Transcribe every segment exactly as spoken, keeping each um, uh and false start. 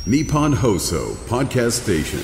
Nippon Hoso Podcast Station。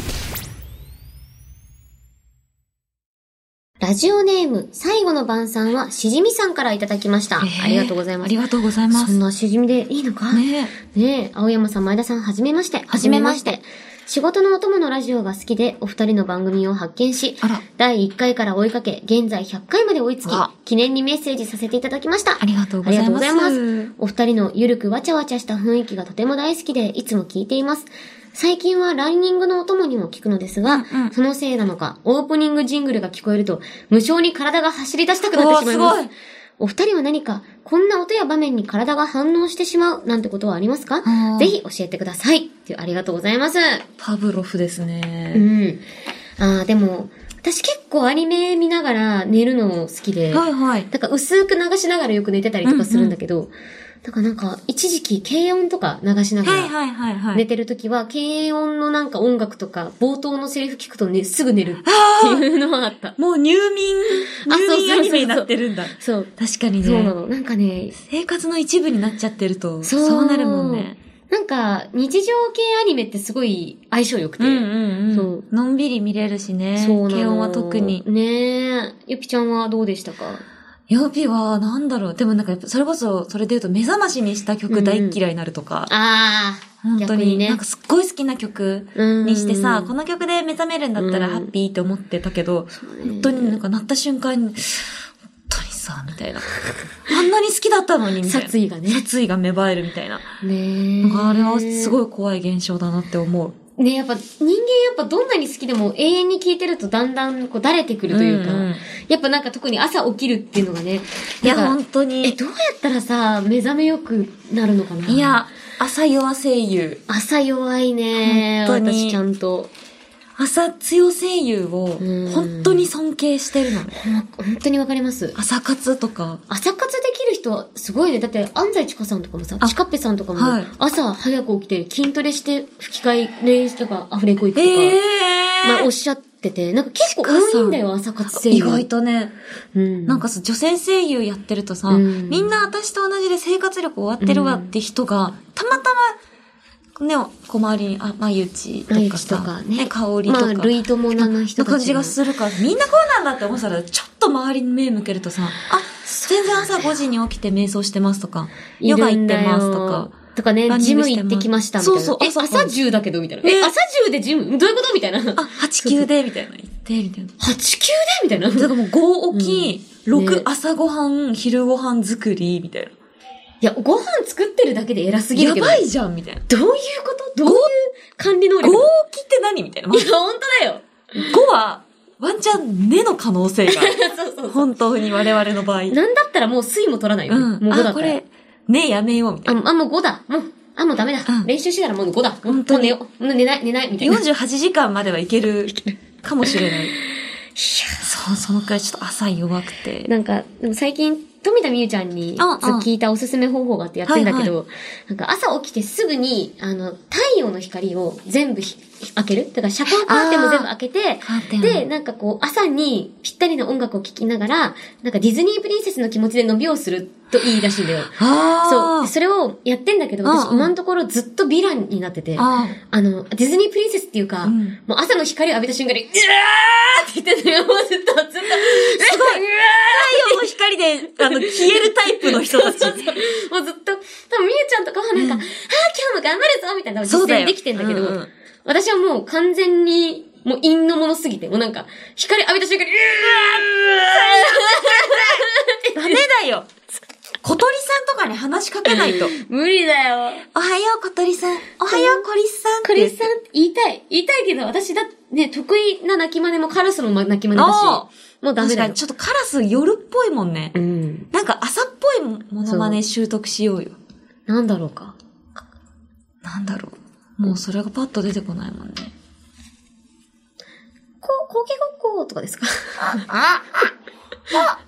ラジオネーム最後の晩さんはしじみさんからいただきました、えー、ありがとうございます。 ありがとうございます。 そんなしじみでいいのかねえねえ青山さん前田さんはじめまして。 はじめまして。 仕事のお供のラジオが好きでお二人の番組を発見し、だいいっかいから追いかけ現在ひゃっかいまで追いつき記念にメッセージさせていただきました。 ありがとうございます。ありがとうございます。 お二人のゆるくわちゃわちゃした雰囲気がとても大好きでいつも聞いています。最近はランニングのお供にも聞くのですが、うんうん、そのせいなのかオープニングジングルが聞こえると無性に体が走り出したくなってしまいます。すお二人は何かこんな音や場面に体が反応してしまうなんてことはありますか？ぜひ教えてくださいってありがとうございます。 パブロフですね。 うん。ああでも私結構アニメ見ながら寝るの好きで、 はいはい。 だから薄く流しながらよく寝てたりとかするんだけど、うんうん、だからなんか一時期軽音とか流しながら寝てるときは軽音のなんか音楽とか冒頭のセリフ聞くとねすぐ寝るっていうのはあった。 もう入眠入眠アニメになってるんだ。 そう確かにね。 そうなの。なんかね生活の一部になっちゃってるとそう、そうなるもんね。 なんか日常系アニメってすごい相性良くて、 うんうんうん、そうのんびり見れるしね。そうなの。軽音は特にねえ。ゆぴちゃんはどうでしたか？ 曜日は、なんだろう。でもなんか、それこそ、それで言うと、目覚ましにした曲大っ嫌いになるとか。 うん、ああ。 本当に、ね、なんかすっごい好きな曲にしてさ、この曲で目覚めるんだったらハッピーって思ってたけど、本当になんか鳴った瞬間に、本当にさ、みたいな。あんなに好きだったのに、みたいな。 殺意がね。 殺意が芽生えるみたいな。 ねえ。 なんかあれはすごい怖い現象だなって思う。 ね、やっぱ人間やっぱどんなに好きでも永遠に聞いてるとだんだんこうだれてくるというか、うんうん、やっぱなんか特に朝起きるっていうのがね、 いや本当にえどうやったらさ目覚めよくなるのかな。 いや朝弱声優朝弱いね本当に私ちゃんと朝強声優を本当に尊敬してるのね。 本当にわかります。 朝活とか。 朝活できる人はすごいね。だって安西千佳さんとかもさ、ちかっぺさんとかも朝早く起きて筋トレして吹き替え練習とかアフレコ行くとか、えー、まあおっしゃってて、なんか結構多いんだよ朝活声優。 意外とね。うん、なんかさ女性声優やってるとさ、うん、みんな私と同じで生活力終わってるわって人が、たまたまね、小回りに、あ、まゆちとかさ、とかね、香りとか。 まあ、類友なの人たち。 感じがするから、みんなこうなんだって思ったら、ちょっと周りに目向けるとさ、あ、全然朝ごじに起きて瞑想してますとか、ヨガ行ってますとか。 とかね、ジム行ってきましたみたいな。 そうそう。 え、朝じゅうだけどみたいな。え、朝じゅうでジムどういうことみたいな。 あ、はちきゅうでみたいな。行って、みたいな。 はちきゅうでみたいな。 だからもうご起き、ろく朝ごはん、昼ごはん作り、みたいな。 いや、ご飯作ってるだけで偉すぎるけど。 やばいじゃん、みたいな。 どういうことどういう管理能力？ ご起きって何みたいな。 いや、ほんとだよ。 ごは、ワンチャン、寝の可能性が。そうそうそう。本当に我々の場合。 なんだったらもう水も取らないよ。うん。もうごだったら。あ、これ、 寝やめよう、みたいな。 あ、あもうごだ。もう、あ、もうダメだ。うん、練習してたらもうごだ。本当に。もう寝よう。寝ない、寝ない、みたいな。 よんじゅうはちじかんまではいけるかもしれない。いや、そう、そのくらいちょっと朝弱くて。 なんか、でも最近、富田美優ちゃんに聞いたおすすめ方法があってやってんだけど、はいはい、なんか朝起きてすぐに、あの、太陽の光を全部開ける。だから遮光カーテンも全部開けて、で、なんかこう、朝にぴったりの音楽を聴きながら、なんかディズニープリンセスの気持ちで伸びをするといいらしいんだよ。そう。それをやってんだけど、私今のところずっとヴィランになってて、あの、ディズニープリンセスっていうか、うん、もう朝の光を浴びた瞬間に、うわーって言ってんのよ。もうずっと、ずっと。すごい。 太陽の光で、あの、消えるタイプの人たち。 そうそうそうもうずっと、多分みゆちゃんとかはなんか、うん、ああ、今日も頑張るぞみたいな実践できてんだけど、うんうん、私はもう完全に、もう陰のものすぎて、もうなんか、光浴びた瞬間に、うわーダメだよ小鳥さんとかに話しかけないと。 無理だよ。 おはよう小鳥さん。おはようコリスさん。 コリスさんって言いたい。言いたいけど、私だ、ね、得意な鳴き真似もカラスの鳴き真似だし、もうダメだよ。 確かにちょっとカラス夜っぽいもんね。うん。なんか朝っぽいものまね習得しようよ。 なんだろうか。 なんだろう。もうそれがパッと出てこないもんね。 こう、こけごっことかですかあ、あ、あ、あ、あ、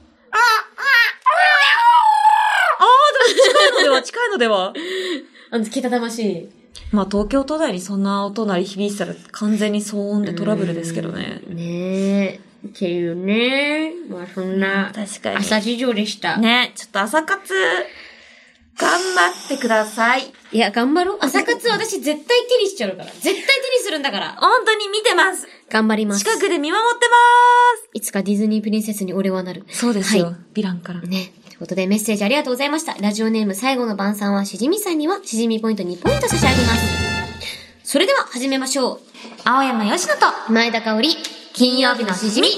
近いのでは近いのではあの、けたたましい。 まあ、東京都内にそんな音鳴り響いてたら完全に騒音でトラブルですけどね。 ねえ。っていうね。まあ、そんな、確かに。朝事情でした。 ねちょっと朝活、頑張ってください。 いや、頑張ろう。朝活私絶対手にしちゃうから。絶対手にするんだから。 本当に見てます。 頑張ります。 近くで見守ってまーす。 いつかディズニープリンセスに俺はなる。 そうですよ。 はい、 ヴィランから。 ね。ということでメッセージありがとうございました。ラジオネーム最後の晩餐はしじみさんにはしじみポイントにポイント差し上げます。それでは始めましょう。 青山よしのと前田香織、金曜日のしじみ。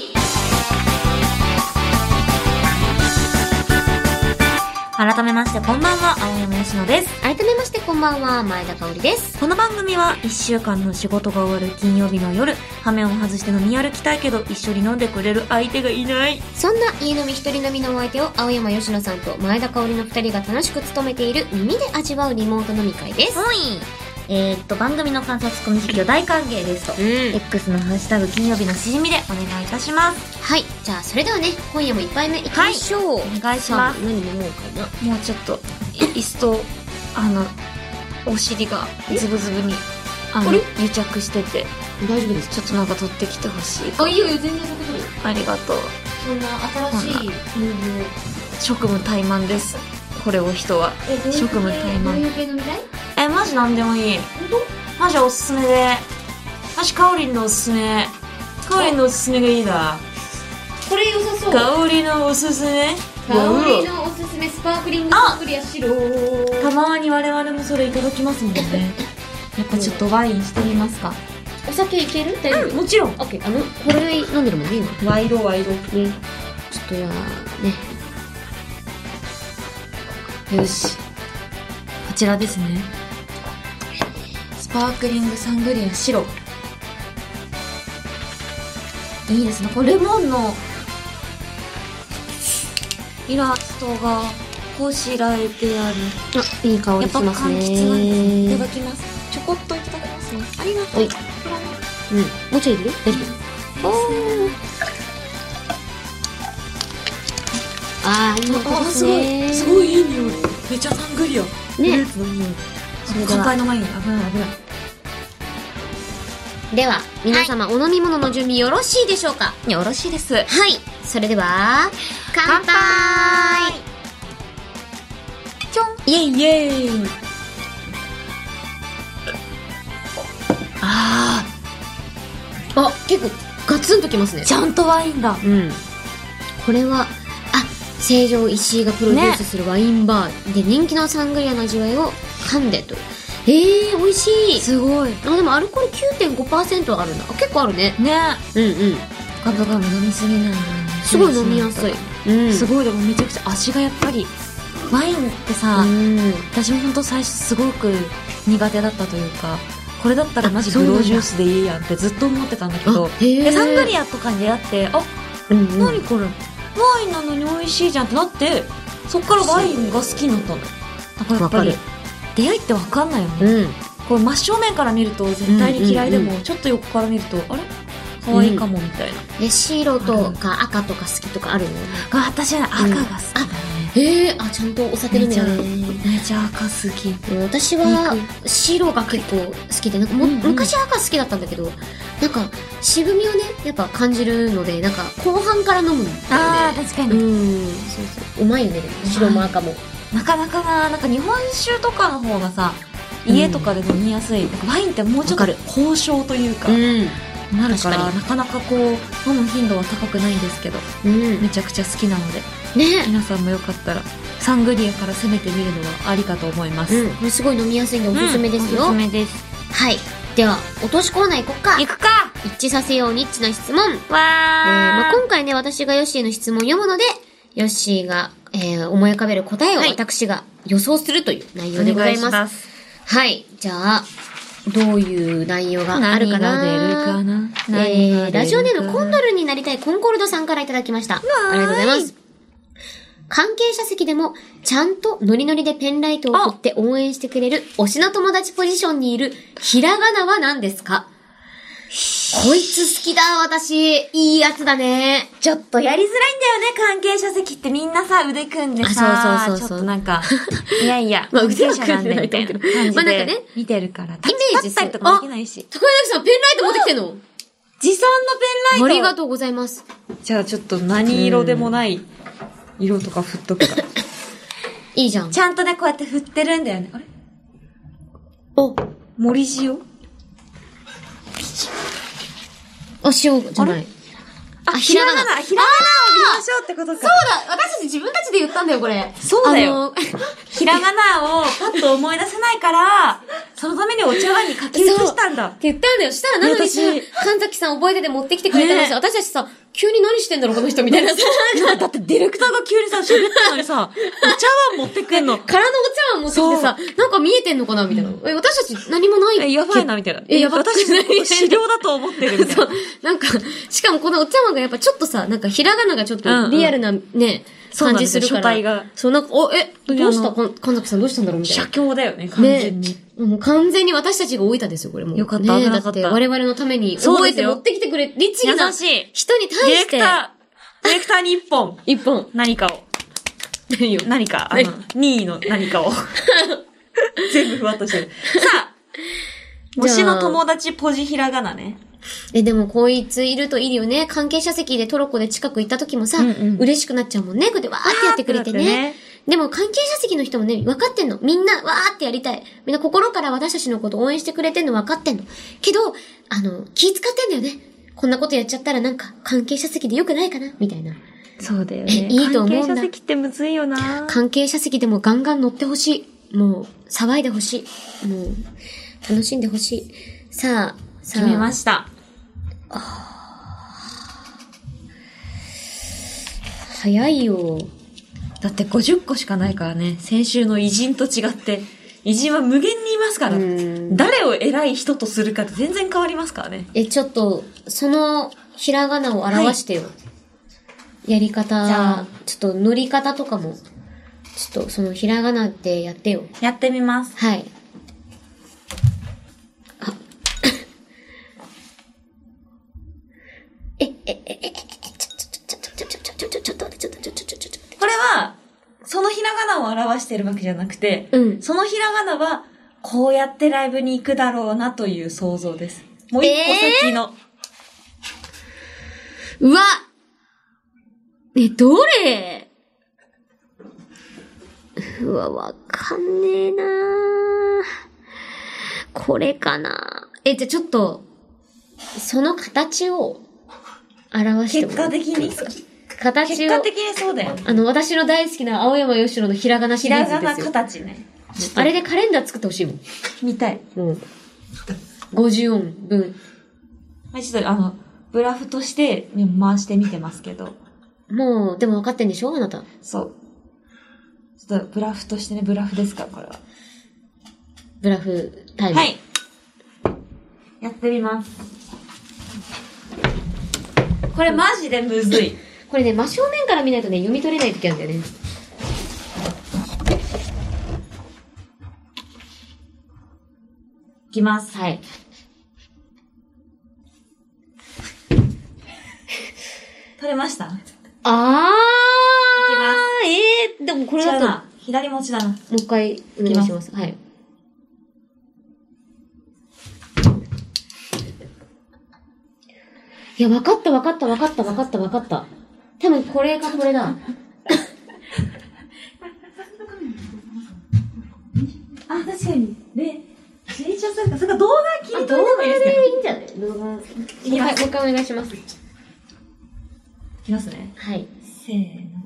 改めましてこんばんは、青山よしのです。 改めましてこんばんは、前田香織です。 この番組はいっしゅうかんの仕事が終わる金曜日の夜、羽目を外して飲み歩きたいけど一緒に飲んでくれる相手がいない。 そんな家飲み一人飲みのお相手を青山よしのさんと前田香織の二人が楽しく務めている耳で味わうリモート飲み会です。 はい。えー、っと、番組の感想ツッコミ実況大歓迎ですと、うん、X のハッシュタグ金曜日のしじみでお願いいたします。 はい。じゃあ、それではね、今夜もいっぱいめいきましょう。はい、 お願いします。 何飲もうかな。 もうちょっと、椅子と、あの、お尻がズブズブに、あの、癒着してて。 大丈夫です。 ちょっとなんか取ってきてほしい。 あ、いいよ、全然取ってくる。 ありがとう。 そんな新しいムーブを。 職務怠慢です。これを人は。 え、 職務怠慢。 どういう系飲みたい？ え、マジなんでもいい。 本当？ マジおすすめで。マジかおりんのおすすめ。かおりんのおすすめがいいな。 これ良さそう。 かおりのおすすめ。 かおりのおすすめスパークリングサングリア白。 たまに我々もそれいただきますもんね。やっぱちょっとワインしてみますか。 お酒いける？大丈夫？ うん、もちろん。 オッケー。あの、これ飲んでるもんね、今。 ワイロワイロ。ね。 ちょっとや、ね。 よし。こちらですね。スパークリングサングリア白。いいですね。これレモンのイラストがこしらえてある。 あ、いい香りしますね。 やっぱ柑橘なんですね。いただきます。ちょこっといただきますね。ありがとう。 はい。うん。もうちょいいる？大丈夫？おー。あー、いい音ですね。 すごい、すごいいい匂い。めちゃサングリア。ね。フルーツの匂い。 それでは乾杯の前に危ない危ない。 では、皆様、はい、お飲み物の準備よろしいでしょうか？ よろしいです。 はい。それでは、乾杯！ ちょんイェイイェイあー。あ、結構ガツンときますね。 ちゃんとワインだ。 うん。これは、あ、成城石井がプロデュースするワインバーで人気のサングリアの味わいを噛んでと。えー、美味しい。 すごい。 あ、でもアルコール きゅうてんごパーセント あるんだ。あ、結構あるね。 ね。 うんうん。 ガブガブ飲みすぎないのすごい飲みやすい。 うん。すごい、でもめちゃくちゃ味がやっぱり、ワインってさ、うん、私もほんと最初すごく苦手だったというか、これだったらマジグロージュースでいいやんってずっと思ってたんだけど、でサングリアとかに出会って、あ、うんうん、何これワインなのに美味しいじゃんってなって、そっからワインが好きになったの。だからやっぱり出会いって分かんないよね、うん、こう真正面から見ると絶対に嫌いでも、うんうんうん、ちょっと横から見るとあれ可愛いかもみたいな、 うん、で白とか赤とか好きとかあるの？ あ、私は赤が好きだね、 うん、へえ、あ、ちゃんとお酒飲みだね。 めちゃ赤好き。 私は白が結構好きで、なんかも、うんうん、昔赤好きだったんだけど、なんか渋みをねやっぱ感じるので、なんか後半から飲むんだよね。 あー、確かに。 うん、そうそう、うまいよね、白も赤も。 なかなかな、なんか日本酒とかの方がさ、家とかで飲みやすい。うん、ワインってもうちょっと交渉というか、うん、なるから、なかなかこう飲む頻度は高くないんですけど、うん、めちゃくちゃ好きなので、ね、皆さんもよかったらサングリアから攻めてみるのはありかと思います。 うん、すごい飲みやすいんでおすすめですよ。 うん、おすすめです。 はい。では落としコーナー行こっか。 行くか。 一致させようニッチな質問。わー。えー、まあ、今回ね、私がヨッシーの質問を読むので、ヨッシーが、えー、思い浮かべる答えを私が予想するという内容でございます。お願いします。はい。じゃあ、どういう内容があるかな。 何が出るかな。 えー、ラジオネームコンドルになりたいコンコルドさんからいただきました。ありがとうございます。関係者席でもちゃんとノリノリでペンライトを振って応援してくれる推しの友達ポジションにいるひらがなは何ですか？こいつ好きだ、私。いいやつだね。 ちょっとやりづらいんだよね、関係者席ってみんなさ、腕組んでさ、そうそうそうそう、ちょっとなんか、いやいや、 まあ腕は組んでないと思うけど。まあなんかね、 見てるから、イメージしたりとかできないし。 高柳さん、ペンライト持ってきてんの？ 持参のペンライト。 ありがとうございます。 じゃあちょっと何色でもない色とか振っとくから。 いいじゃん。 ちゃんとね、こうやって振ってるんだよね。あれお、森塩あ、塩じゃない。 あ、ひらがな、ひらがなを見ましょうってことか。 そうだ私たち自分たちで言ったんだよ、これ。 そうだよ。ひらがなをパッと思い出せないから、そのためにお茶碗に書き写したんだ。 って言ったんだよ。したらなのにさ、神崎さん覚えてて持ってきてくれたんですよ。私たちさ、急に何してんだろう、この人みたいなさ。 だってディレクターが急にさ、喋ったのにさ、お茶碗持ってくんの。 空のお茶碗持ってきてさ、なんか見えてんのかなみたいな。え、私たち何もない。 え、やばいな、みたいな。 え、やばい。 私たち資料だと思ってるみたいな。 そう。なんか、しかもこのお茶碗がやっぱちょっとさ、なんかひらがながちょっとリアルなね、感じするから。 書体が。 そう、なんか、お、え、どうした神崎さんどうしたんだろうみたいな。 写経だよね、完全に。 もう完全に私たちが置いたですよ、これも。 よかった、 ね、だって我々のために覚えて持ってきてくれ、律儀な人に対して。 ディレクター、ディレクターに一本。 一本。 何かを。 何を何か、あの、任意の何かを。全部ふわっとしてる。さあ、推しの友達ポジひらがなね。 え、でもこいついるといいよね。関係者席でトロッコで近く行った時もさ、うんうん、嬉しくなっちゃうもんね。こうやってわーってやってくれてね。ねでも関係者席の人もね、分かってんの。みんなわーってやりたい。みんな心から私たちのこと応援してくれてんの分かってんの。けど、あの、気使ってんだよね。こんなことやっちゃったらなんか関係者席で良くないかなみたいな。 そうだよね。 いいと思うんだ。 関係者席ってむずいよな。 関係者席でもガンガン乗ってほしい。もう、騒いでほしい。もう、楽しんでほしい。さあ、さあ。 決めました。 早いよ。 だってごじゅっこしかないからね。先週の偉人と違って、偉人は無限にいますから。誰を偉い人とするかって全然変わりますからね。 え、ちょっと、そのひらがなを表してよ。はい、やり方、じゃあちょっと乗り方とかも、ちょっとそのひらがなってやってよ。 やってみます。 はい。え、え、え、え、え、ちょ、ちょ、ちょ、ちょ、ちょ、ちょ、ちょ、ちょ、ちょ、ちょ、ちょ、ちょ、ちょ、ちょ、ちょ、ちょ、 これは、そのひらがなを表してるわけじゃなくて、 うん。 そのひらがなは、こうやってライブに行くだろうなという想像です。もう一個先の。 うわえ、どれうわ、わかんねえなー。これかなえ、じゃ、ちょっと、その形を、表しても結果的に形を結果的にそうだよ、ね、 あの私の大好きな青山吉野のひらがなシリーズですよ。 ひらがな形ね。 あれでカレンダー作ってほしいもん。 見たい。 もうごじゅうおん分。 はい、ちょっとあのブラフとして回してみてますけど。 もうでも分かってんでしょあなた。 そう。ちょっとブラフとしてね、ブラフですからこれは。 ブラフタイム。 はい。やってみます。これマジでむずい。 これね、真正面から見ないとね、読み取れない時あるんだよね。 いきます。 はい。 取れました？ あー。いきます。 えー、でもこれだと。 左持ちだな。もう一回お願いします。はい。いや、わかったわかったわかったわかったわかった。多分これかこれだ。あ、 確かに。で、練習するか、それか動画切り取ればいいですね。 動画でいいんじゃない動画。いきます。もう一回お願いします。いきますね。 はい。 せーの。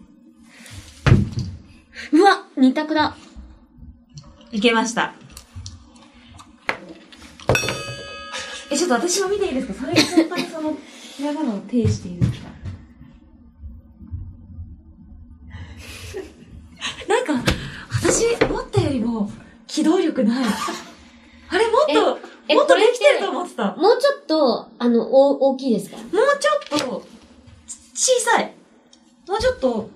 うわ二択だ。 いけました。え、ちょっと私も見ていいですか？それが本当にその、ひらがなを呈しているか。なんか、私、思ったよりも、機動力ない。あれ、もっと、もっとできてると思ってた。 もうちょっと、あの、お、大きいですか？ もうちょっと、小さい。もうちょっと、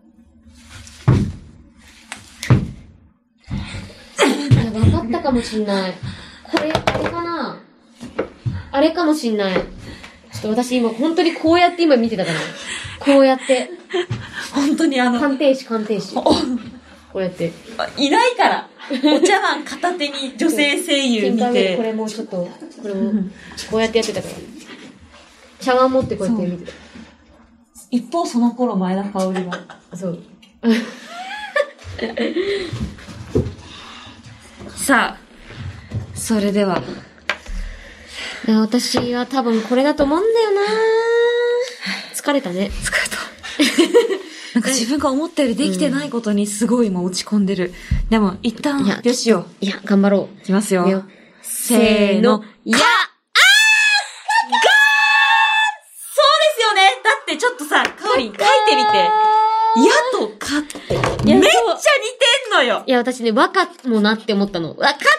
分かったかもしんない。これ、あれかなあれかもしんない。ちょっと私今、本当にこうやって今見てたから。こうやって。 本当にあの。 鑑定士、鑑定士。こうやって。 いないから。お茶碗片手に女性声優見て。 これもちょっと、これも、こうやってやってたから。茶碗持ってこうやって見てた。 一方その頃前田香織は。 そう。 さあ、 それでは。 いや、私は多分これだと思うんだよな疲れたね。 疲れた。なんか自分が思ったよりできてないことにすごい今落ち込んでる。でも、一旦発表しよう。いや、頑張ろう。 いきますよ。 せーの。いや、あー、 がーそうですよね。だってちょっとさ、かおりん書いてみて。やとかってめっちゃ似てんのよ。 いや、私ね、和かもなって思ったの。和かかー。ほら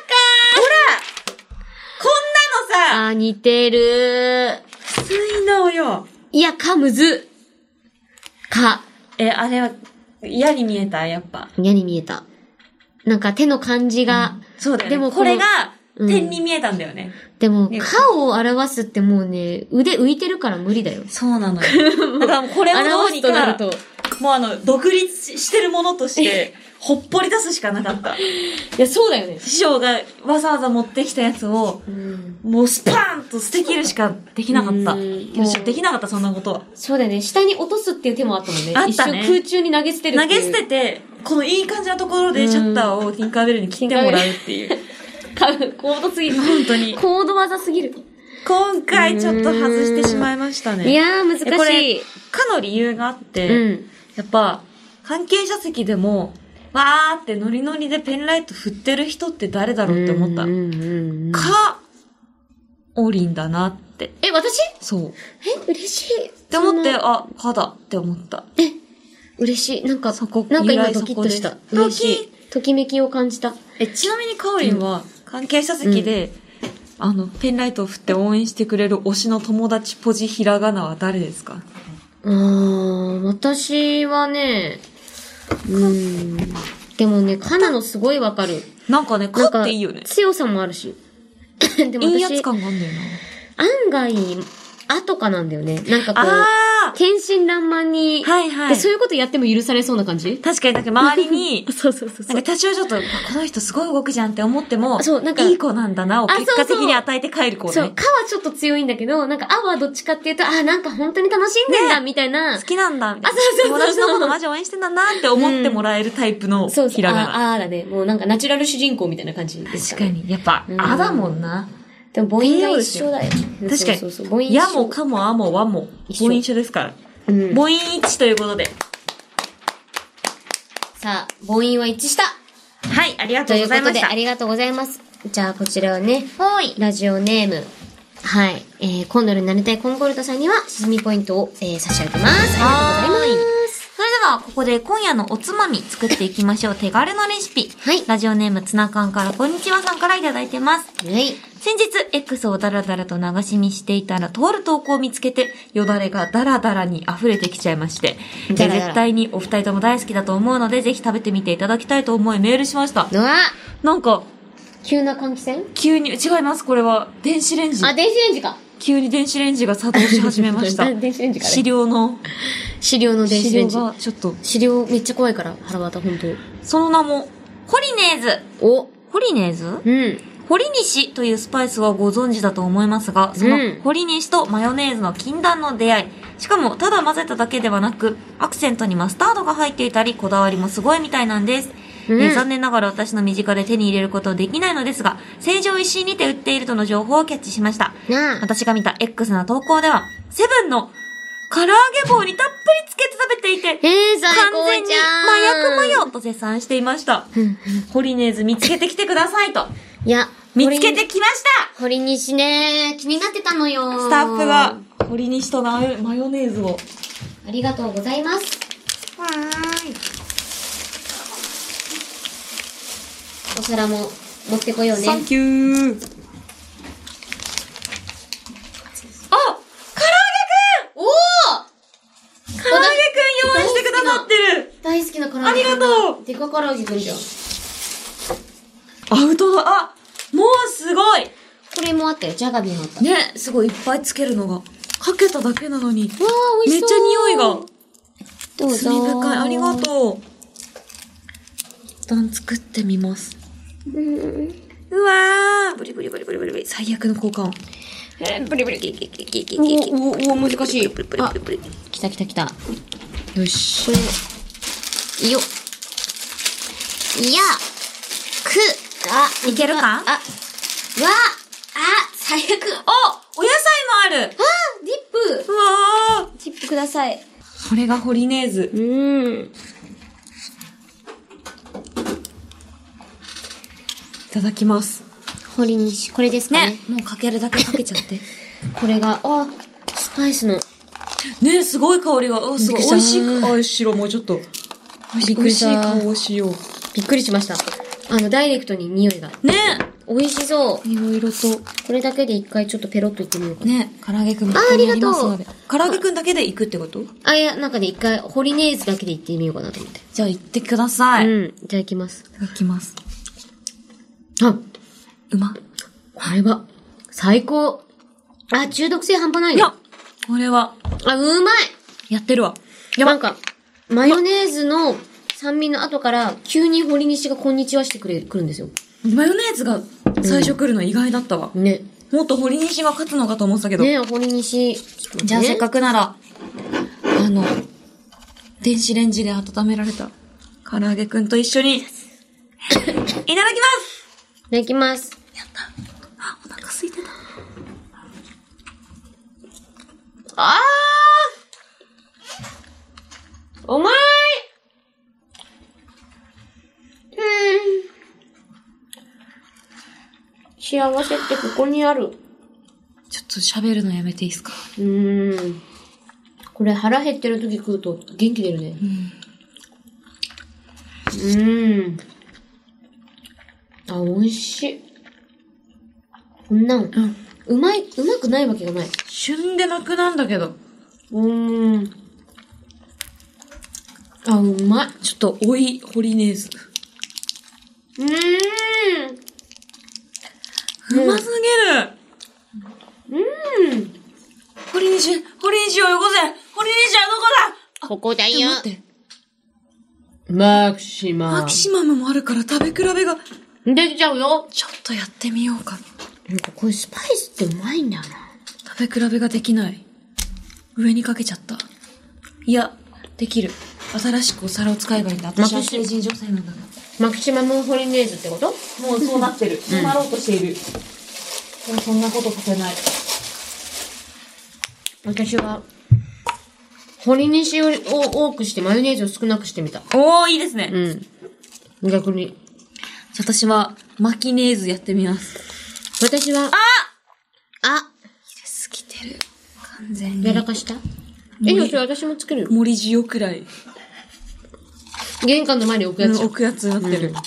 こんなのさあー、似てるー。ついのよ。 いや、かむず。か。 え、あれは、嫌に見えたやっぱ。 嫌に見えた。なんか手の感じが。 うん、そうだよね。 でもこれが、点に見えたんだよね。 うん、でも、かを表すってもうね、腕浮いてるから無理だよ。 そうなのよ。だからもうこれをどうにか、 なるともうあの、独立してるものとして、ほっぽり出すしかなかった。いや、そうだよね。 師匠がわざわざ持ってきたやつを、うん、もうスパーンと捨て切るしかできなかった。できなかった、そんなことは。 そうだよね。下に落とすっていう手もあったもんね。 あったね。 一瞬空中に投げ捨てるっていう。 投げ捨てて、このいい感じのところでシャッターをティンカーベルに切ってもらうっていう。 高度すぎる。 本当に。 高度技すぎる。 今回ちょっと外してしまいましたね。 いやー、難しい。 これ、かの理由があって、うん、やっぱ、関係者席でも、わーってノリノリでペンライト振ってる人って誰だろうって思った。うんうんうんうん、か、おりんだなって。 え、私？ そう。 え、嬉しい。 って思って、あ、かだって思った。 え、嬉しい。なんか、そこ、なんか今ドキッとした。嬉しい。ときめきを感じた。 え、ちなみにかおりんは、関係者席で、うん、あの、ペンライトを振って応援してくれる推しの友達ポジひらがなは誰ですか？ あー、私はね、うーん。でもね、カナのすごいわかる。 なんかね、かっていいよね。 強さもあるし。 でも私、いいやつ感があるんだよな。 案外、後かなんだよね。なんかこう、天真爛漫に、はいはい。で、そういうことやっても許されそうな感じ？ 確かに、なんか周りに、 そうそうそうそう。 なんか多少ちょっと、この人すごい動くじゃんって思っても、そう、なんか、いい子なんだなを結果的に与えて帰る子ね。 そう、かはちょっと強いんだけど、なんか、あはどっちかっていうと、あ、なんか本当に楽しんでんだ、みたいな、 好きなんだ、みたいな。あ、そうそうそう。友達のことマジ応援してんだなって思ってもらえるタイプのひらがな。 そうそう。あ、あだね。もうなんかナチュラル主人公みたいな感じですかね。確かに。やっぱ、あだもんな。 でも母音が一緒だよ。 確かに。そうそうそう、やもかもあもわも母音一緒ですから。うん、母音一致ということで。 さあ、母音は一致した。 はい、ありがとうございました。ということで、 ありがとうございます。じゃあ、こちらをね、はい。ラジオネーム、はい。えー、コンドルになりたいコンコルトさんには、しずみポイントを、えー、差し上げます。ありがとうございます。 それでは、ここで今夜のおつまみ作っていきましょう。手軽のレシピ。はい。ラジオネームツナ缶からこんにちはさんからいただいてます。はい。先日、X をダラダラと流し見していたら、とある投稿を見つけて、よだれがダラダラに溢れてきちゃいまして、ダラダラ絶対にお二人とも大好きだと思うので、ぜひ食べてみていただきたいと思いメールしました。うわなんか、 急な換気扇？ 急に、違います。これは、電子レンジ。 あ、電子レンジか。 急に電子レンジが作動し始めました。 電子レンジか、ね。 飼料の。 飼料の電子レンジ。 飼料がちょっと。 飼料めっちゃ怖いから、腹渡、ほんと。 その名も、ホリネーズ。 おホリネーズうん。 ホリニシというスパイスはご存知だと思いますが、そのホリニシとマヨネーズの禁断の出会い。しかも、ただ混ぜただけではなく、アクセントにマスタードが入っていたり、こだわりもすごいみたいなんです。うん、えー、残念ながら私の身近で手に入れることはできないのですが、成城石井にて売っているとの情報をキャッチしました。うん、私が見た X の投稿では、セブンの唐揚げ棒にたっぷりつけて食べていて、 えー、最高完全に麻薬マヨと絶賛していました。ホリネーズ見つけてきてくださいと。 いや、 見つけてきましたホリニシね、気になってたのよ。 スタッフがホリニシとマヨネーズを。 ありがとうございます。 はーい。 お皿も持ってこようね。 サンキュー。あ、唐揚げくんおー唐揚げくん用意してくださってる大好きな唐揚げ。 ありがとう。 デカ唐揚げくんじゃん。 アウトだ。あ、もうすごい。 これもあったよ。じゃがビーもあった。 ね、すごいいっぱいつけるのが。かけただけなのに。わー、美味しそう。 めっちゃ匂いが。 どうぞ。 罪深い。ありがとう。一旦作ってみます。うん、うわー。ブリブリブリブリブリブリ。最悪の効果音。 えー、ブリブリ。 キキキキキキキ。 おおお難しい。 ブリブリブリブリ。 来た来た来た。 よし。 これ、よ。いや、く。 あ、いけるか？ あ、 わあ、最悪。 お、お野菜もある。 あ、ディップ。 うわディップください。 これがホリネーズ。 うーん。 いただきます。 ホリにし、これですかね。 ね。もうかけるだけかけちゃって。 これが、あ、スパイスの。 ね、すごい香りが。あ、すごい。美味しい。あ、しろ、もうちょっと。 びっくりした。 美味しい顔をしよう。 びっくりしました。あの、ダイレクトに匂いが。 ね。 美味しそう。 いろいろと。 これだけで一回ちょっとペロッといってみようかな。 ね、唐揚げくんも。 あ、ありがとう。 唐揚げくんだけで行くってこと？ あ、いや、なんかで一回、ホリネーズだけでいってみようかなと思って。 じゃあ行ってください。 うん。いただきます。 いただきます。 あ、 うま。 これは、最高。あ、中毒性半端ないね。 いや、これは。 あ、うまい。 やってるわ。 なんか、マヨネーズの酸味の後から、急にホリニシがこんにちはしてくれ、くるんですよ。 マヨネーズが最初来るの意外だったわ。 ね。 もっとホリニシが勝つのかと思ってたけど。 ねえ、ホリニシ。 じゃあせっかくなら、あの、電子レンジで温められた唐揚げくんと一緒に、いただきますいただきます。 やった。あ、お腹空いてた。 あーうまいうん。幸せってここにある。 ちょっと喋るのやめていいですか？ うーん。これ腹減ってる時食うと元気出るね。うん。うーん。あ、美味しい。こんなん、うん、うまい、うまくないわけがない。 旬でなくなんだけど。 うーん。あ、うまい。 ちょっと追いホリネーズ。 うーん。 うますぎる。 うん。 ホリニシ、ホリニシをよこせ。ホリニシはどこだ？ ここだよ。 待って。 マキシマム。 マキシマムもあるから食べ比べが。 できちゃうよ。 ちょっとやってみようか。 なんかこういうスパイスってうまいんだよな。 食べ比べができない。上にかけちゃった。いや、できる。新しくお皿を使えばいいんだ。私は成人女性なんだから。 マキシマムホリネーズってこと？ もうそうなってる。そうなろうとしている。もうそんなことさせない。 私は、ホリニシを多くしてマヨネーズを少なくしてみた。 おー、いいですね。 うん。逆に。 じゃあ私は、マキネーズやってみます。 私は、 ああ入れすぎてる。完全に。 やらかしたえ、いや、それ私もつけるよ。 森塩くらい。 玄関の前に置くやつ。 置くやつになってる。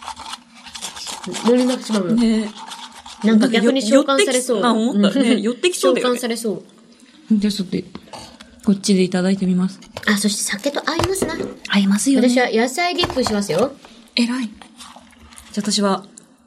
森マキシマム。 ねえ。なんか逆に召喚されそう。 あ、思ったね。寄ってきそうだよね。 召喚されそう。 じゃあちょっと、こっちでいただいてみます。 あ、そして酒と合いますな。 合いますよね。 私は野菜ディップしますよ。 偉い。じゃあ私は、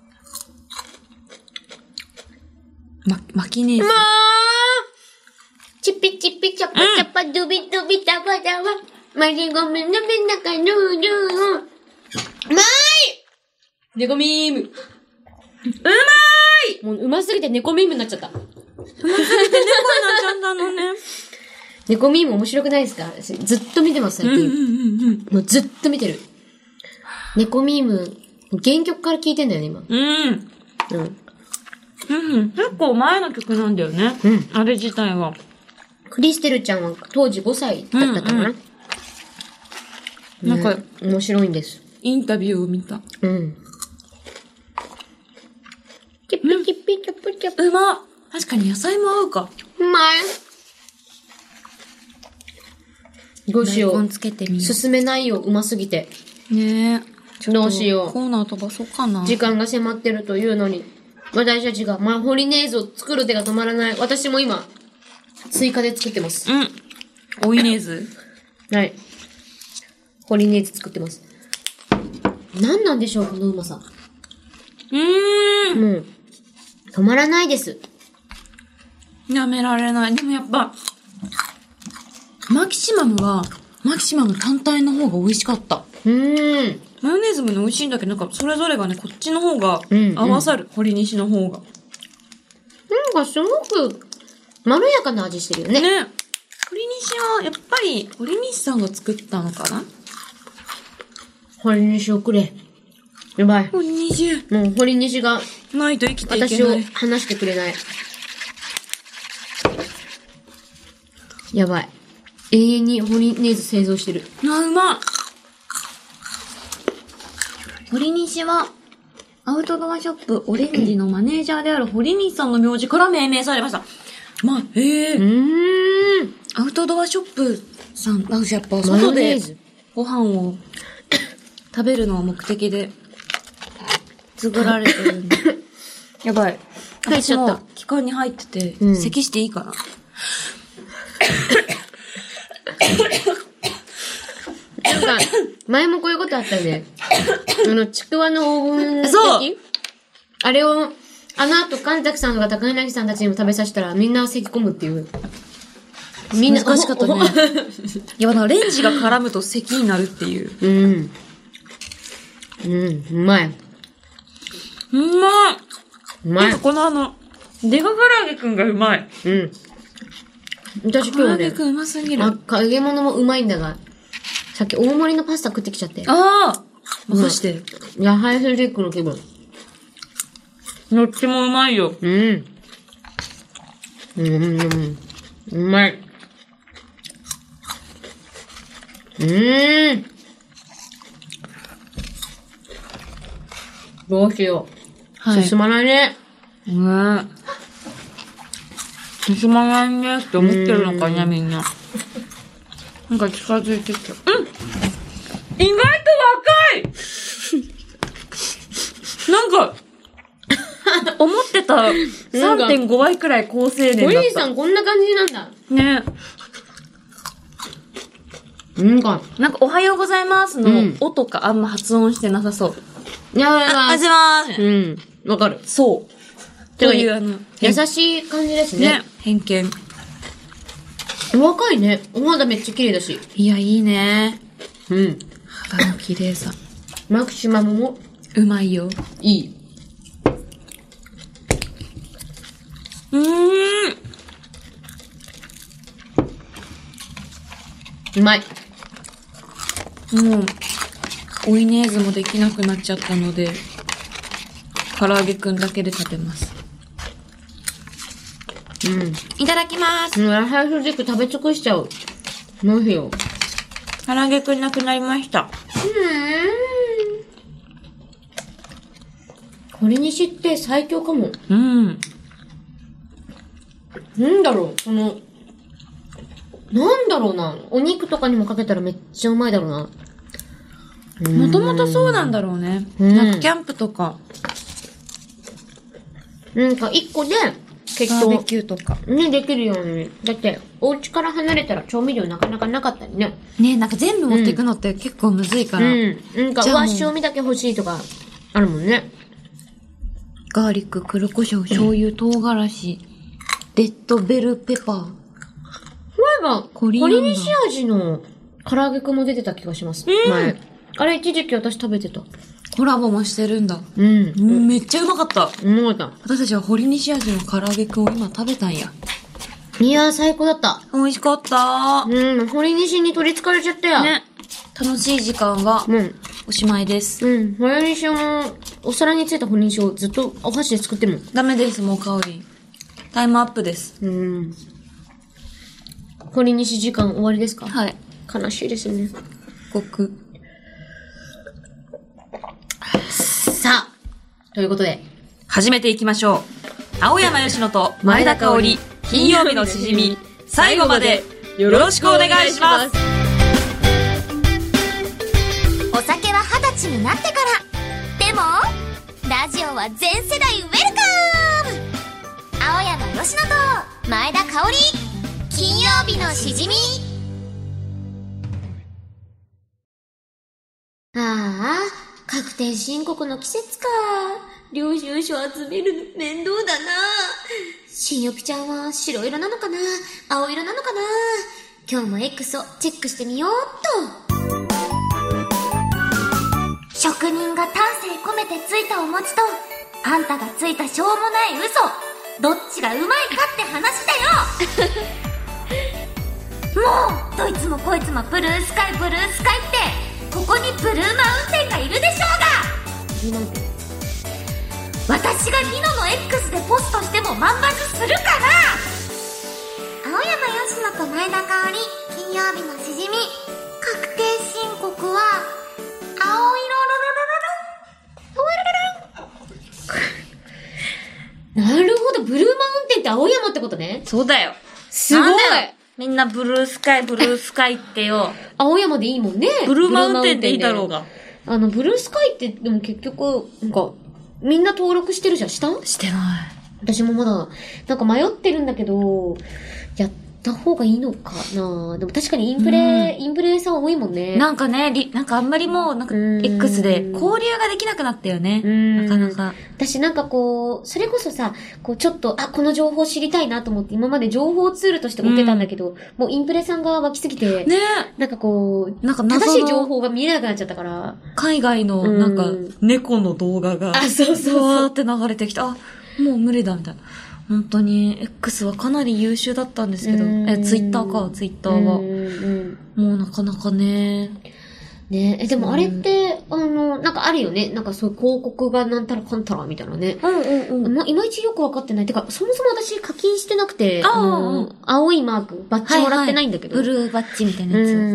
ま、マキネーズ。 まあチピチピチャパチャパドビドビタバタワマリゴメのメナカルールーうまいネコミームうまーいもううますぎてネコミームになっちゃった。うますぎて猫になっちゃったのね。 ネコミーム面白くないですか？ずっと見てます、最近。 うんうんうんうん、 もうずっと見てる。ネコミーム、原曲から聴いてんだよね、今。 うん。うん。うん。結構前の曲なんだよね。 うん。 あれ自体は。 クリステルちゃんは当時ごさいだったかな、うんうん、なんか、面白いんです。 インタビューを見た。 うん。チッピチッピチャプチャプ。 うまっ。確かに野菜も合うか。 うまい。どうしよう。 大根つけてみよう。 進めないよ、うますぎて。 ねえ。 どうしよう。 コーナー飛ばそうかな。 時間が迫ってるというのに、私たちがマホリネーズを作る手が止まらない。私も今、追加で作ってます。 うん。オイネーズ。 はい。ホリネーズ作ってます。何なんでしょう、このうまさ。 うーん。 もう、止まらないです。 やめられない。でもやっぱ、マキシマムは、マキシマム単体の方が美味しかった。 うーん。 マヨネーズもね、美味しいんだけど、なんか、それぞれがね、こっちの方が、合わさる。ホリニシの方が。 なんかすごく、まろやかな味してるよね。 ね。ホリニシは、やっぱり、ホリニシさんが作ったのかな？ ホリニシをくれ。 やばい。 堀西。 もう堀西が、 ないと生きていけない。 私を話してくれない。やばい。永遠にホリネーズ製造してる。 あ、うまい。堀西は、アウトドアショップオレンジのマネージャーである堀西さんの名字から命名されました。まあ、へえ。 うーん。 アウトドアショップさん、なんかやっぱ外でご飯を食べるのを目的で作られてるんで。やばい。 入っちゃった。 私も気管に入ってて、 うん、 咳していいかな。 なんか、前もこういうことあったよね。あの、ちくわのオーブン焼きあれを、あの後、神崎さんとか高柳さんたちにも食べさせたら、みんな咳込むっていう。 みんな、難しかったね。いや、なんかレンジが絡むと咳になるっていう。 うん。うん、うまい。 うまい。 うまい。 このあの、デカ唐揚げくんがうまい。 うん。私今日ね。 唐揚げくんうますぎる。 あ、揚げ物もうまいんだが、さっき大盛りのパスタ食ってきちゃって。 ああ任して。 いや、ハイフルデックの気分。 どっちもうまいよ。 うん。うん、うん、うん。うまい。うーん。どうしよう。はい、進まないね。 ねえ。進まないねって思ってるのかね、みんな。なんか近づいてきた。うん、意外と若いなんか、思ってた さんてんご 倍くらい高青年だった。 お兄さんこんな感じなんだ。 ねえ。なんか、 なんかおはようございますの、うん、おとかあんま発音してなさそう。 いやいやいや。 あ、始まーす。 うん。わかる。 そう。というあの、 優しい感じですね。 ね。偏見。 若いね。お肌めっちゃ綺麗だし。 いや、いいね。 うん。 肌の綺麗さ。 マクシマムも。 うまいよ。 いい。 うーん。 うまい。 もう、オイネーズもできなくなっちゃったので、唐揚げくんだけで食べます。 うん。 いただきます。 うん、ハイフルデック食べ尽くしちゃう。どうしよう。 唐揚げくんなくなりました。 うーん。堀西って最強かも。 うん。 なんだろう、この、なんだろうな。お肉とかにもかけたらめっちゃうまいだろうな。 もともとそうなんだろうね。 うん、 なんかキャンプとか。 なんか一個で、結構。バーベキューとか。 ね、できるように。だって、お家から離れたら調味料なかなかなかったりね。 ね、なんか全部持っていくのって結構むずいから。 うん。なんか、わ、塩味だけ欲しいとか、あるもんね。 ガーリック、黒胡椒、醤油、唐辛子、レッドベルペパー。 そういえば、堀西味の唐揚げくんも出てた気がします。うん、前。あれ一時期私食べてた。 コラボもしてるんだ。 うん。 うん、めっちゃうまかった。 うまかった。 私たちは堀西味の唐揚げくんを今食べたんや。 いやー最高だった。 美味しかったうん、堀西に取り憑かれちゃったよ。 ね。楽しい時間は、うん。おしまいです。 うん。堀西を、お皿についた堀西をずっとお箸で作っても。 ダメです、もう香り。タイムアップです。 うん。堀西時間終わりですか？ はい。 悲しいですね。 ごく。 さあ、ということで。 始めていきましょう。青山吉野と前田香織、金曜日のしじみ、最後までよろしくお願いします。 お酒は二十歳になってから。でも、ラジオは全世代ウェルカム。青山吉野と前田香織、金曜日のしじみ。 ああ、確定申告の季節か。領収書集めるの面倒だな。新よぴちゃんは白色なのかな、青色なのかな。今日も X をチェックしてみようっと。 職人が丹精込めてついたお餅と、あんたがついたしょうもない嘘、どっちがうまいかって話だよ。もうどいつもこいつもブルースカイブルースカイって、ここにブルーマウンテンがいるでしょうが。 ブルーマウンテン。 私がヒノの X でポストしても万バズするかな。青山佳乃と前田香織、金曜日のしじみ。確定申告は、青色ロロロロロ。 なるほど、ブルーマウンテンって青山ってことね。 そうだよ。 すごい。 みんなブルースカイ、ブルースカイってよ。 青山でいいもんね。 ブルーマウンテンでいいだろうが。 あの、ブルースカイってでも結局、なんか、みんな登録してるじゃん。したしてない。 私もまだ、なんか迷ってるんだけど、やった方がいいのかな。でも確かにインフレ、インフレーサー多いもんね。 なんかね、りなんかあんまりもう、なんか X で交流ができなくなったよね。なかなか。 私なんかこう、それこそさ、こうちょっと、あ、この情報知りたいなと思って今まで情報ツールとして追ってたんだけど、うん、もうインフレさんが湧きすぎて、ね、なんかこう、なんか正しい情報が見えなくなっちゃったから、 海外のなんか猫の動画が、 あ、そうそうそう。 わーって流れてきた。あ、もう無理だみたいな。本当に X はかなり優秀だったんですけど、え、ツイッターか、ツイッターは。もうなかなかね。 ねえ、でもあれって、あの、なんかあるよね。なんかそういう広告がなんたらかんたらみたいなね。うんうんうん。ま、いまいちよくわかってない。てか、そもそも私課金してなくて、あの、青いマーク、バッジもらってないんだけど。 はいはい、ブルーバッジみたいなやつ。うん。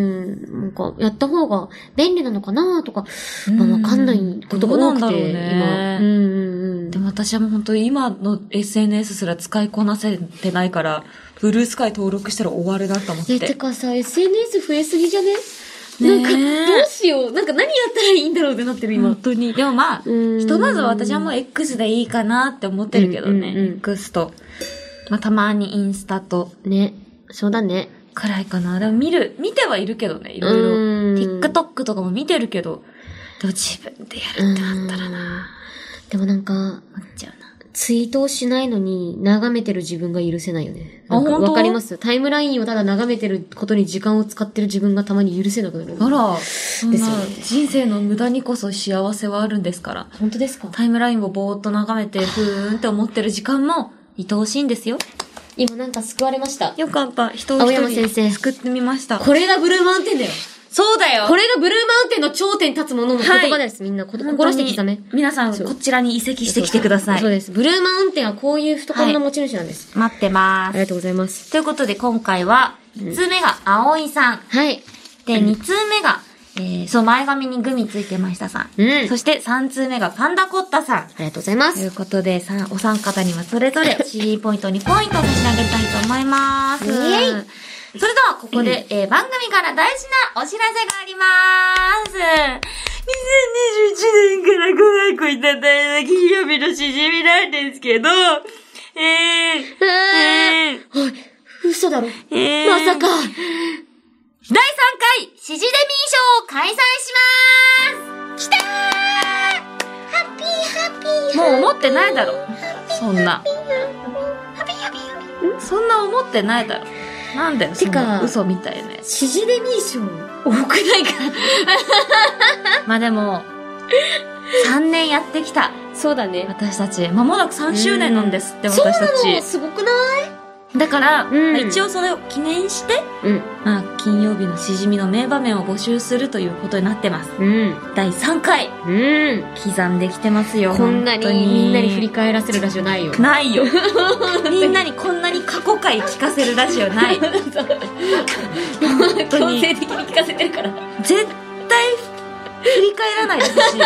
なんか、やった方が便利なのかなとか、まあわかんないことが多くて、 どうなんだろうね、今。うんうんうん。でも私はもう本当に今の エスエヌエス すら使いこなせてないから、ブルースカイ登録したら終わるなと思って。 え、てかさ、エスエヌエス 増えすぎじゃね？なんか、どうしよう。なんか何やったらいいんだろうってなってる今。 本当に。でもまあ、ひとまず私はもう X でいいかなって思ってるけどね。うんうんうん、X と。まあたまにインスタと。 ね。そうだね。 くらいかな。でも見る、見てはいるけどね。いろいろ。TikTok とかも見てるけど。でも自分でやるってなったらな。 でもなんか、 なっちゃうな。 ツイートをしないのに眺めてる自分が許せないよね。なんかわかります？タイムラインをただ眺めてることに時間を使ってる自分がたまに許せなくなる。 あら、ですよね。人生の無駄にこそ幸せはあるんですから。 本当ですか？ タイムラインをぼーっと眺めて、ふーんって思ってる時間も愛おしいんですよ。 今なんか救われました。 よかった。人を一人青山先生救ってみました。 これがブルーマウンテンだよ。 そうだよ。 これがブルーマウンテンの頂点立つものの言葉です。はい、みんな心して刻め。 皆さん、こちらに移籍してきてください。 そうです。ブルーマウンテンはこういう懐の持ち主なんです。 はい、待ってます。 ありがとうございます。 ということで今回は、いちつ目が葵さん。 はい。 で、につめが、えー、そう、前髪にグミついてましたさん。うん。そしてさんつめがパンダコッタさん。ありがとうございます。 ということで、さお三方にはそれぞれ シーディー ポイントにポイントを差し上げたいと思います。イェイ。それでは、ここで、うん、えー、番組から大事なお知らせがありまーす。にせんにじゅういちねんからご愛顧いただいた金曜日のしじみなんですけど、えー、 えー、おい、嘘だろ。えー、まさか。だいさんかい、しじデミーショーを開催しまーす。来たー！ハッピーハッピー。 もう思ってないだろ。そんな。ハッピーハッピー。ん？そんな思ってないだろ。なんだよ、てか、嘘みたいね。 シジデミー賞多くないかまあでも、さんねんやってきた。 そうだね。 私たち。まもなくさんしゅうねんなんですって、私たち。 そうなの？すごくない？ だから、うん、一応それを記念して、うん、まあ、金曜日のしじみの名場面を募集するということになってます。うん、だいさんかい、うん、刻んできてますよ。 こんなにみんなに振り返らせるラジオないよ。 ないよ。みんなにこんなに過去回聞かせるラジオない。本当に強制的に聞かせてるから。 絶対振り返らないでほしい。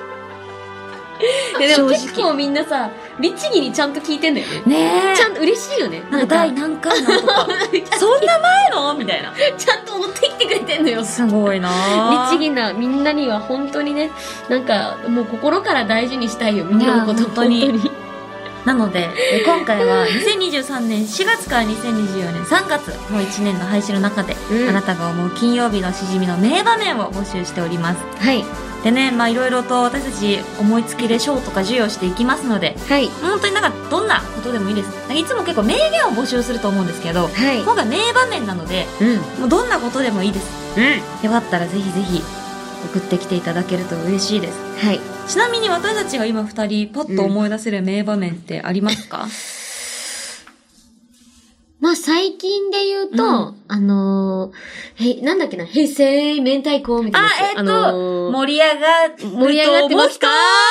でも結構みんなさ、律儀にちゃんと聞いてんだよね。 ねえ。 ちゃんと嬉しいよね。 なんか第何回なのとか。そんな前のみたいな。 ちゃんと持ってきてくれてんのよ。 すごいなぁ。律儀なみんなには本当にね、なんかもう心から大事にしたいよ。みんなのこと本当に。本当になので、今回はにせんにじゅうさんねんしがつからにせんにじゅうよねんさんがつのいちねんの配信の中で、うん、あなたが思う金曜日のしじみの名場面を募集しております。 はい。 でね、まあいろいろと私たち思いつきで賞とか授与していきますので、はい。本当になんかどんなことでもいいです。いつも結構名言を募集すると思うんですけど、はい。今回名場面なので、うん。もうどんなことでもいいです。うん。よかったらぜひぜひ送ってきていただけると嬉しいです。はい。ちなみに私たちが今二人パッと思い出せる名場面ってありますか？ うん、ままあ、最近で言うと、うん、あのー、へ、なんだっけな、平成明太子みたいなやつ。 あ、えっと、あのー、 盛り上がっ、 盛り上がってますか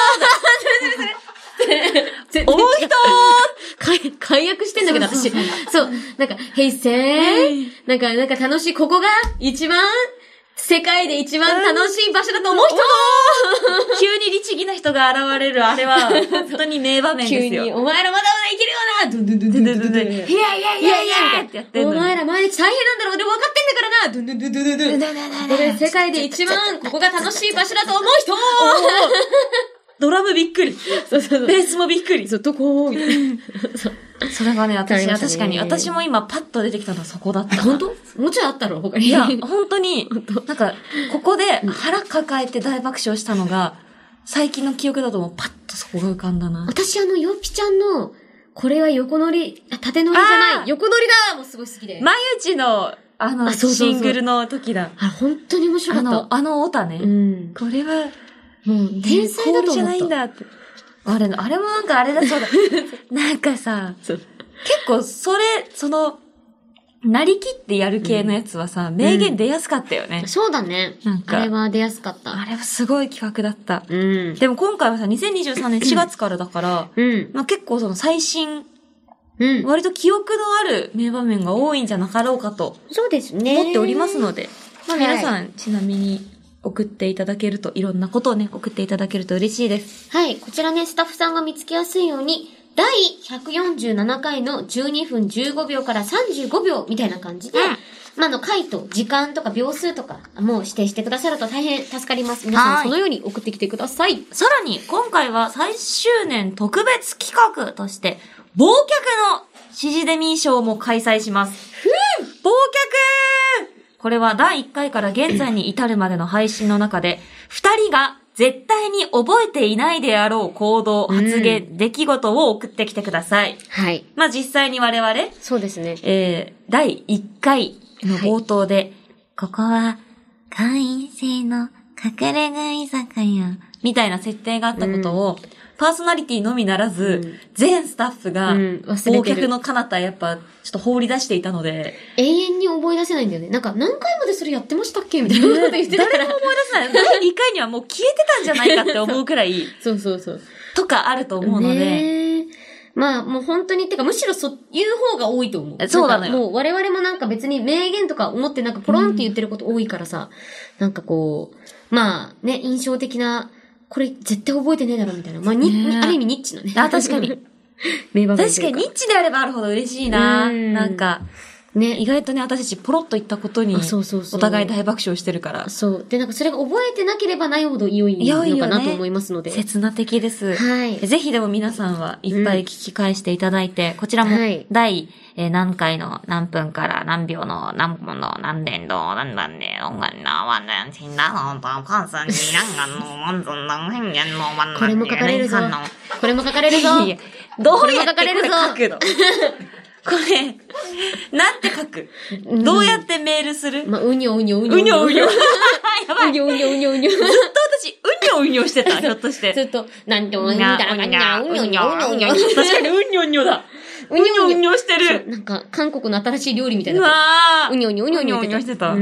思う人解、解約してんだけど、私。そう。なんか、平成、なんか、なんか楽しい、ここが一番、世界で一番楽しい場所だと思う人急に律儀な人が現れる、あれは、本当に名場面ですよ。 急に、お前らまだまだいけるよなドゥンドゥンドゥンドゥンドゥンドゥン。いやいやいやいやってやってんの。お前ら毎日大変なんだろう、でも分かってんだからなドゥンドゥンドゥンドゥンドゥンドゥン。これ世界で一番、ここが楽しい場所だと思う人ドラムびっくり。 そうそうそう。 ベースもびっくり。 そう、どこみたいな。 それがね、私、ね、確かに、私も今パッと出てきたのはそこだった。 本当？もうちょいあったろ他に。 いや、本当に、なんか、ここで腹抱えて大爆笑したのが、最近の記憶だともうパッとそこが浮かんだな。 私あの、よぴちゃんの、これは横乗り、あ、縦乗りじゃない、横乗りだもうすごい好きで。 まゆちの、あの、あそうそうそうシングルの時だ。 あ、本当に面白かった。 あの、あのオタね。 うん。 これは、 もう、天才だと思った。 じゃないんだって。あれ、あれもなんかあれだそうだ。なんかさ、結構それ、その、なりきってやる系のやつはさ、うん、名言出やすかったよね、 うん。そうだね。なんか。あれは出やすかった。 あれはすごい企画だった。 うん。 でも今回はさ、にせんにじゅうさんねんしがつからだから、 うん。 まあ結構その最新、 うん。 割と記憶のある名場面が多いんじゃなかろうかと。 そうですね。 思っておりますので。まあ皆さん、 はい、 ちなみに、送っていただけると、いろんなことをね、送っていただけると嬉しいです。 はい。こちらね、スタッフさんが見つけやすいように、だいひゃくよんじゅうななかいのじゅうにふんじゅうごびょうからさんじゅうごびょうみたいな感じで、うん、まあ、あの、回と時間とか秒数とか、もう指定してくださると大変助かります。皆さん、そのように送ってきてください。 さらに、今回は最終年特別企画として、忘却のシジデミー賞も開催します。 ふぅ忘却これはだいいっかいから現在に至るまでの配信の中で、二人が絶対に覚えていないであろう行動、発言、うん、出来事を送ってきてください。 はい。 まあ、実際に我々、 そうですね。 えー、だいいっかいの冒頭で、はい、ここは、会員制の隠れ家居酒屋、みたいな設定があったことを、うん、パーソナリティのみならず、うん、全スタッフが、忘却の彼方やっぱ、ちょっと放り出していたので。 永遠に覚え出せないんだよね。なんか、何回までそれやってましたっけみたいなこと言ってたから。 誰も思い出せない。だいにかいにはもう消えてたんじゃないかって思うくらい。 そうそうそう。 とかあると思うので。 ねまあ、もう本当に、てか、むしろそういう方が多いと思う。 そうなのよ。 もう我々もなんか別に名言とか思ってなんかポロンって言ってること多いからさ、うん、なんかこう、まあね、印象的な、これ絶対覚えてねえだろみたいな。まあ、に、ある意味ニッチのね。 あ、確かに。 名場面。 確かにニッチであればあるほど嬉しいな。んなんか、ね、意外とね、私たちポロッと言ったことに、そうそうそうお互い大爆笑してるから。 そう。で、なんかそれが覚えてなければないほど良いのかなと思いますので。 ね、刹那的です。 はい。 ぜひでも皆さんはいっぱい聞き返していただいて、うん、こちらも、第、はいえー、何回の何分から何秒の何分の何年度何番で音楽のワンダンチンダーンとパンサンに何眼のワンゾンの変幻のワンダンこれも書かれるぞ。これも書かれるぞ。 いやどうやってこれ書くのこれ、なんて書く、うん、どうやってメールするまあ、うにょうにょうにょ。 うにょうにょ。やばい。 うにょうにょうにょうにょ。 ずっと私、うにょうにょしてた、ひょっとして。 ずっと、なんてもんだらかにゃ、うにょうにょうにょうにょ。 確かにうにょうにょだ。うにょうにょしてる。 なんか、韓国の新しい料理みたいな。 うわー。うにょうにょうにょうにょしてた。うん。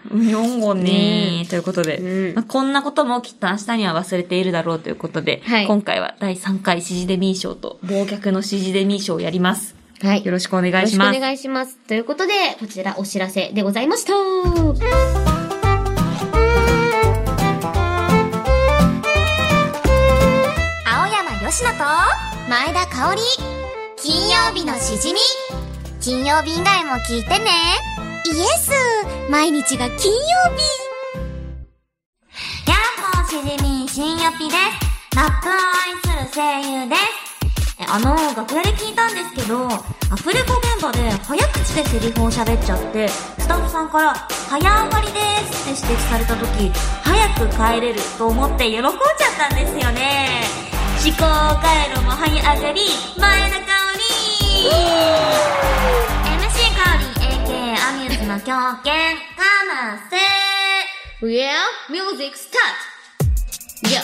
うにょんごねー。ということで、 うんまあ、こんなこともきっと明日には忘れているだろうということで、 はい、 今回はだいさんかいシジデミー賞と、忘却のシジデミー賞をやります。 はい。 よろしくお願いします。 よろしくお願いします。ということで、こちらお知らせでございました。青山よしのと前田香織金曜日のしじみ金曜日以外も聞いてねイエス毎日が金曜日やっほーしじみ新よぴですラップを愛する声優ですあの、楽屋で聞いたんですけど、アフレコ現場で早口でセリフを喋っちゃって、スタッフさんから、早上がりですって指摘されたとき、早く帰れると思って喜んじゃったんですよね。思考回路も早上がり、前田香織 エムシー 香織 エーケー アミューズの狂犬、かませ Yeah, music start! Yeah!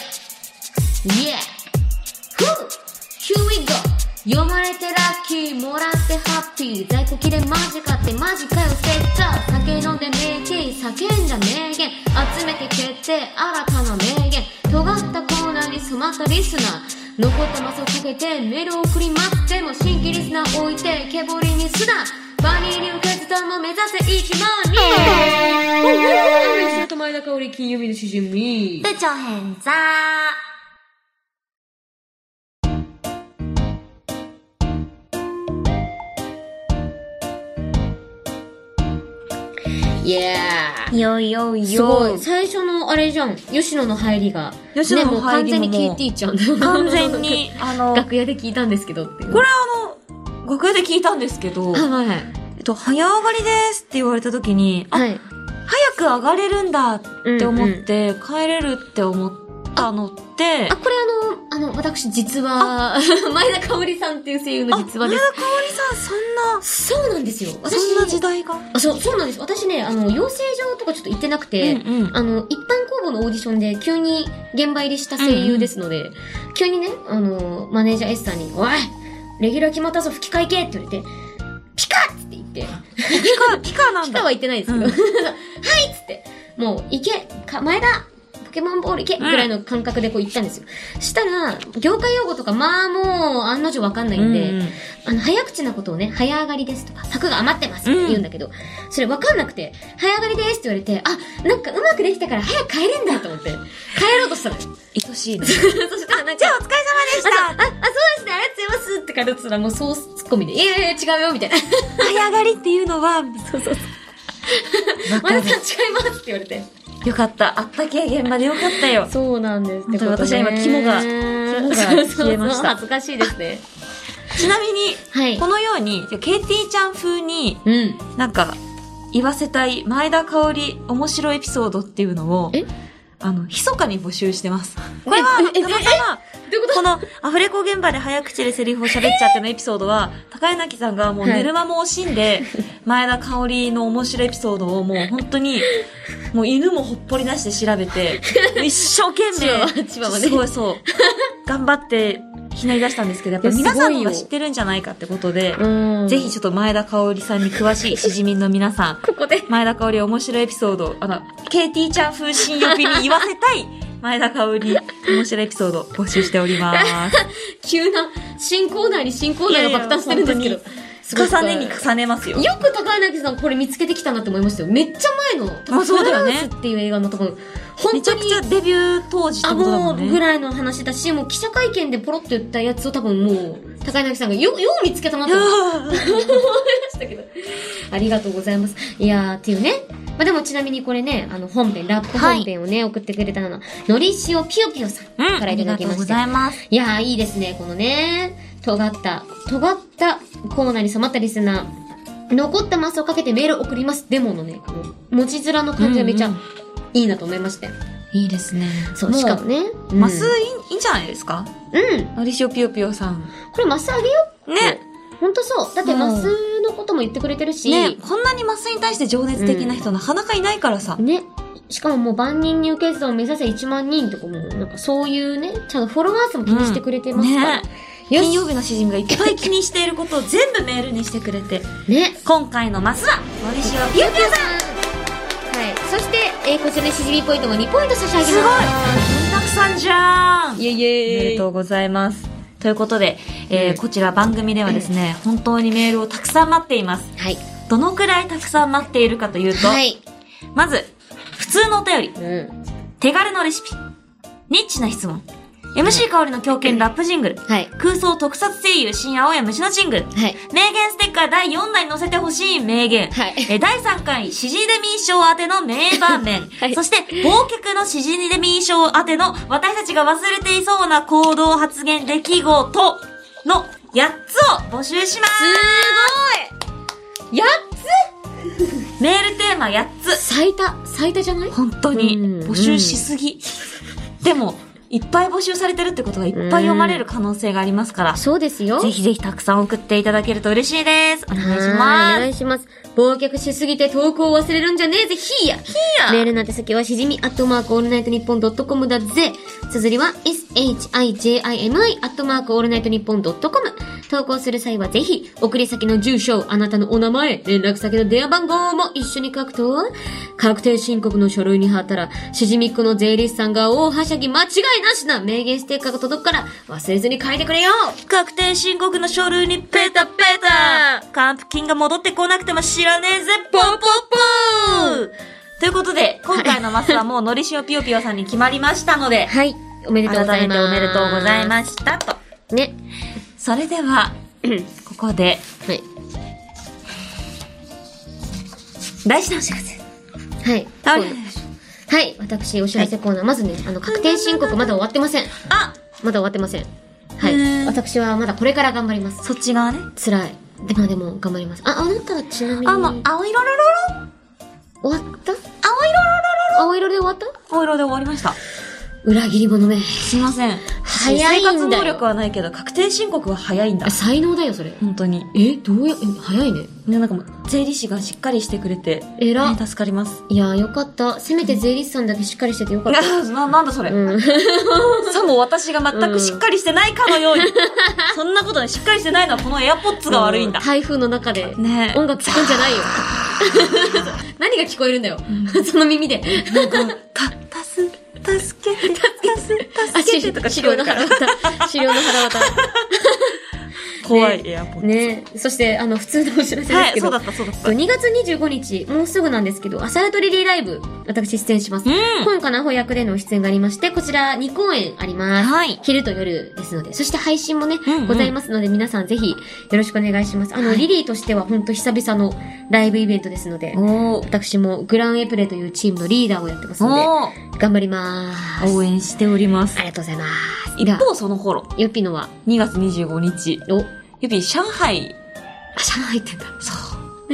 Yeah! Whoo! Here we go! 読まれてラッキー、もらってハッピビール在庫切れマジかってマジかよセッター酒飲んで名言叫んだ名言集めて決定新たな名言尖ったコーナーに染まったリスナー残ったマスをかけてメールを送りますでも新規リスナー置いて毛彫りにすなバニーニュー決断も目指せいちまんにん瀬戸前田香織金曜日のしじみ部長変座イエーよいよいよすごい最初のあれじゃん吉野の入りが吉野の入りも、 ね、もう完全に ケーティー ちゃん完全にあの楽屋で聞いたんですけどっていうこれあの楽屋で聞いたんですけどはいえっと早上がりですって言われた時にあ、はい、早く上がれるんだって思って、うんうん、帰れるって思ったのってあこれあのあの私実は前田香織さんっていう声優の実話です。 前田香織さんそんなそうなんですよ。私そんな時代があそうそうなんです。私ねあの養成所とかちょっと行ってなくて、うんうん、あの一般公募のオーディションで急に現場入りした声優ですので、うんうん、急にねあのマネージャー S さんにおいレギュラー決まったぞ吹き替え系って言われてピカッって言ってピカピカなんだピカは言ってないですけど、うん、はいっつってもう行けか前田ポケモンボールいけぐらいの感覚でこう言ったんですよ。うん、したら、業界用語とかまあもう案の定わかんないんで、うんうん、あの、早口なことをね、早上がりですとか、柵が余ってますって言うんだけど、うん、それわかんなくて、早上がりですって言われて、あ、なんかうまくできたから早く帰れんだと思って、帰ろうとしたら、 愛しいね。 そしたらなんか、 じゃあお疲れ様でしたああ、あ、そうですね、ありがとうございますって帰ろうとしたら、もうそうツッコミで、いやいや違うよみたいな。 早上がりっていうのは、 そうそうそう。前田さん違いますって言われて。 よかった。あったけ現場でよかったよ。 そうなんです。 本当に私は今、肝が、肝が消えました。 恥ずかしいですね。 ちなみに、はい、このように、ケーティー ちゃん風に、うん、なんか、言わせたい前田香織面白いエピソードっていうのを、えあの、密かに募集してます。これは、たまたま、このアフレコ現場で早口でセリフを喋っちゃってのエピソードは、高柳さんがもう寝る間も惜しんで、前田香織の面白いエピソードをもう本当に、もう犬もほっぽり出して調べて、一生懸命、すごいそう、頑張ってひねり出したんですけど、やっぱり皆さんが知ってるんじゃないかってことで、ぜひちょっと前田香織さんに詳しいしじみんの皆さん、 ここで前田香織面白いエピソード、あの、ケーティー ちゃん風新予備に言わせたい、前田香織面白いエピソード募集しております。 急な新コーナーに新コーナーが爆誕してるんですけど。 重ねに重ねますよ。 よく高柳さんこれ見つけてきたなって思いましたよ。めっちゃ前の。 あ、そうだよね。 フランスっていう映画の多分、本当に。 めちゃくちゃデビュー当時ってことだもんね。 あ、もうぐらいの話だし、もう記者会見でポロッと言ったやつを多分もう、高柳さんがよ、よう見つけたなと思いましたけど。ありがとうございます。いやー、っていうね。まあ、でもちなみにこれね、あの本編、ラップ本編をね、はい、送ってくれたのは、のりしおぴよぴよさんからいただきまして。 うん、ありがとうございます。 いやー、いいですね、このね、尖った、尖ったコーナーに染まったリスナー、残ったマスをかけてメール送ります。デモのね、この文字面の感じがめちゃいいなと思いまして。うんうん、 いいですね。 そう、しかもね。 うん、マスいい、いいんじゃないですか？ うん。 のりしおぴよぴよさん。 これマスあげよう。 ね。 ほんとそう。だってマスのことも言ってくれてるし。 ね、こんなにマスに対して情熱的な人なかなかいないからさ。 ね。しかももう万人入決断を目指せいちまんにんとかも、なんかそういうね、ちゃんとフォロワー数も気にしてくれてますから。うんね、 金曜日のしじみがいっぱい気にしていることを全部メールにしてくれて。 ね。 今回のマスは、のりしおぴよぴよさん。 はい。そして、えー、こちらにしじみポイントがにポイント差し上げます。 すごいたくさんじゃーんイェイイェイおめでとうございます。ということで、えーうん、こちら番組ではですね、うん、本当にメールをたくさん待っています。 はい。 どのくらいたくさん待っているかというと、はい。まず、普通のお便り。うん。手軽のレシピ。ニッチな質問。エムシー 香りの狂犬ラップジングル。はい。空想特撮声優新青山虫のジングル。はい。名言ステッカーだいよんだいに載せてほしい名言。はい。え、だいさんかい、シジデミー賞宛ての名場面。はい。そして、忘却のシジデミー賞宛ての私たちが忘れていそうな行動発言出来事のやっつを募集します。すごい !やっつメールテーマやっつ。 最多。最多じゃない？ 本当に。募集しすぎ。でも、いっぱい募集されてるってことがいっぱい読まれる可能性がありますから。 そうですよ。 ぜひぜひたくさん送っていただけると嬉しいです。お願いします。 お願いします。忘却しすぎて投稿を忘れるんじゃねえぜ、ひーや。 ひーや。 メールの宛先はしじみアットマークオールナイトニッポンドットコムだぜ。綴りは エスエイチアイジェイアイエムアイ アットマークオールナイトニッポンドットコム。 投稿する際はぜひ、送り先の住所、あなたのお名前、連絡先の電話番号も一緒に書くと、確定申告の書類に貼ったら、しじみっこの税理士さんが大はしゃぎ間違いなしな名言ステッカーが届くから忘れずに書いてくれよ。 確定申告の書類にペタペタ還付金が戻ってこなくても知らねえぜポンポンポーということで、今回のマスはもうのりしおぴよぴよさんに決まりましたので、 はい。おめでとうございます。 改めておめでとうございましたと。 ね。 それでは、ここで、 はい。 大事なお知らせ。 はい。 はい。 はい。私、お知らせコーナー。まずね、あの、確定申告まだ終わってません。 あまだ終わってません。はい。私はまだこれから頑張ります。 そっち側ね。 辛い。でもでも頑張ります。あ、あなたはちなみに。 あ、もう、青色ろろろ終わった青色ろろろ青色で終わった青色で終わりました。 裏切り者め。 すいません。 早いんだよ。 生活能力はないけど、確定申告は早いんだ。 才能だよ、それ。 本当に。 え、どうや、え、早いね。 ね、なんかもう、税理士がしっかりしてくれて、 えら、 ね、助かります。 いやー、よかった。せめて税理士さんだけしっかりしててよかった。 な、なんだそれ。 うん。 さも私が全くしっかりしてないかのように。そんなことね、しっかりしてないのはこのエアポッツが悪いんだ。 台風の中で、 ね音楽聴くんじゃないよ。何が聞こえるんだよ。その耳で。 なんか、た、たす、助けて、たす、助けてとか資料の腹渡。資料の腹渡。 怖いエアポッツ。 ね。そして、あの、普通のお知らせですけど。 はい、そうだった、そうだった。 にがつにじゅうごにち、もうすぐなんですけど、朝やとリリーライブ、私出演します。 うん。 今かなほ役での出演がありまして、こちらにこうえんあります。 はい。 昼と夜ですので、そして配信もね、 うんうん、 ございますので、皆さんぜひよろしくお願いします。あの、はい、リリーとしては本当久々のライブイベントですので、私もグランエプレというチームのリーダーをやってますので、頑張りまーす。 応援しております。 ありがとうございます。 一方その頃、 ゆっぴのはにがつにじゅうごにち。 おゆっぴ、上海。 あ、上海ってんだ。 そう。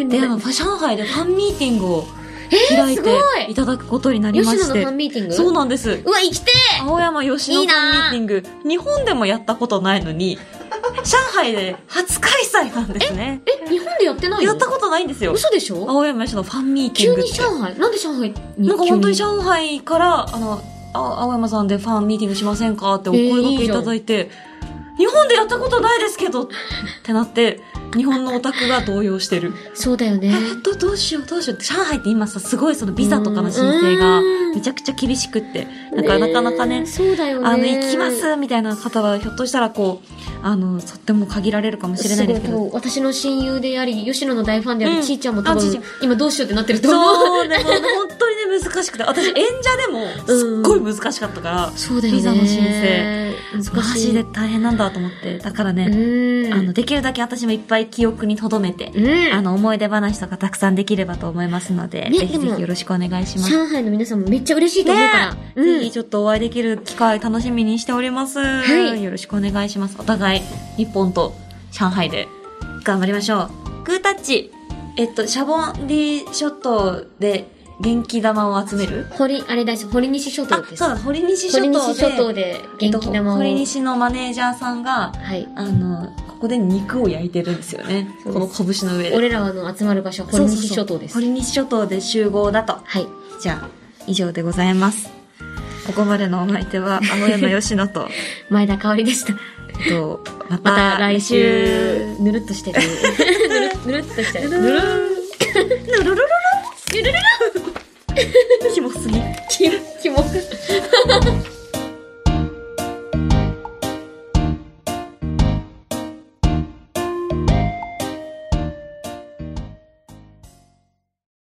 で、あの、上海でファンミーティングを開いていただくことになりまして。 吉野のファンミーティング？ そうなんです。 うわ、生きてー青山吉野ファンミーティング。日本でもやったことないのに、上海で初開催なんですね。 え、え、日本でやってないの？ やったことないんですよ。 嘘でしょ？ 青山吉野ファンミーティングって。 急に上海？なんで上海に？ なんか本当に上海から、あの、あ青山さんでファンミーティングしませんかってお声掛けいただいて、えーいい日本でやったことないですけどってなって、日本のオタクが動揺してる。 そうだよね。 えっと、どうしようどうしよう。上海って今さ、すごいそのビザとかの申請がめちゃくちゃ厳しくって、なんかなかなかね、 そうだよね。 あの、行きますみたいな方はひょっとしたらこう、あの、とっても限られるかもしれないですけど。 私の親友であり、吉野の大ファンであるちーちゃんも多うん、 分、今どうしようってなってると思う。 そう、でも本当にね、難しくて、私演者でもすっごい難しかったから、 そうだよね。 ビザの申請。 難しい。 マジで大変なんだと思って。だからね、あの、できるだけ私もいっぱい記憶に留めて、うん、あの、思い出話とかたくさんできればと思いますので、ね、ぜひぜひよろしくお願いします。 上海の皆さんもめっちゃ嬉しいと思うから、 ねうん、ぜひちょっとお会いできる機会楽しみにしております。はい。よろしくお願いします。お互い、日本と上海で頑張りましょう。グータッチ、えっと、シャボンディ諸島で、元気玉を集める堀、あれだし、堀西諸島です。 そうだ、堀西諸島で。 堀西諸島で元気玉を。 堀西のマネージャーさんが、 はい。 あの、ここで肉を焼いてるんですよね。この拳の上で。 俺らはの集まる場所、堀西諸島です。 そうそうそう堀西諸島で集合だと。 はい。 じゃあ、以上でございます。ここまでのお相手は、青山吉野と、 前田香織でした。 えっと、また、 また来週、ぬるっとしてる。ぬるぬるっとしてる。ぬるー。ぬるるるる。ぬるるる。 キモすぎ。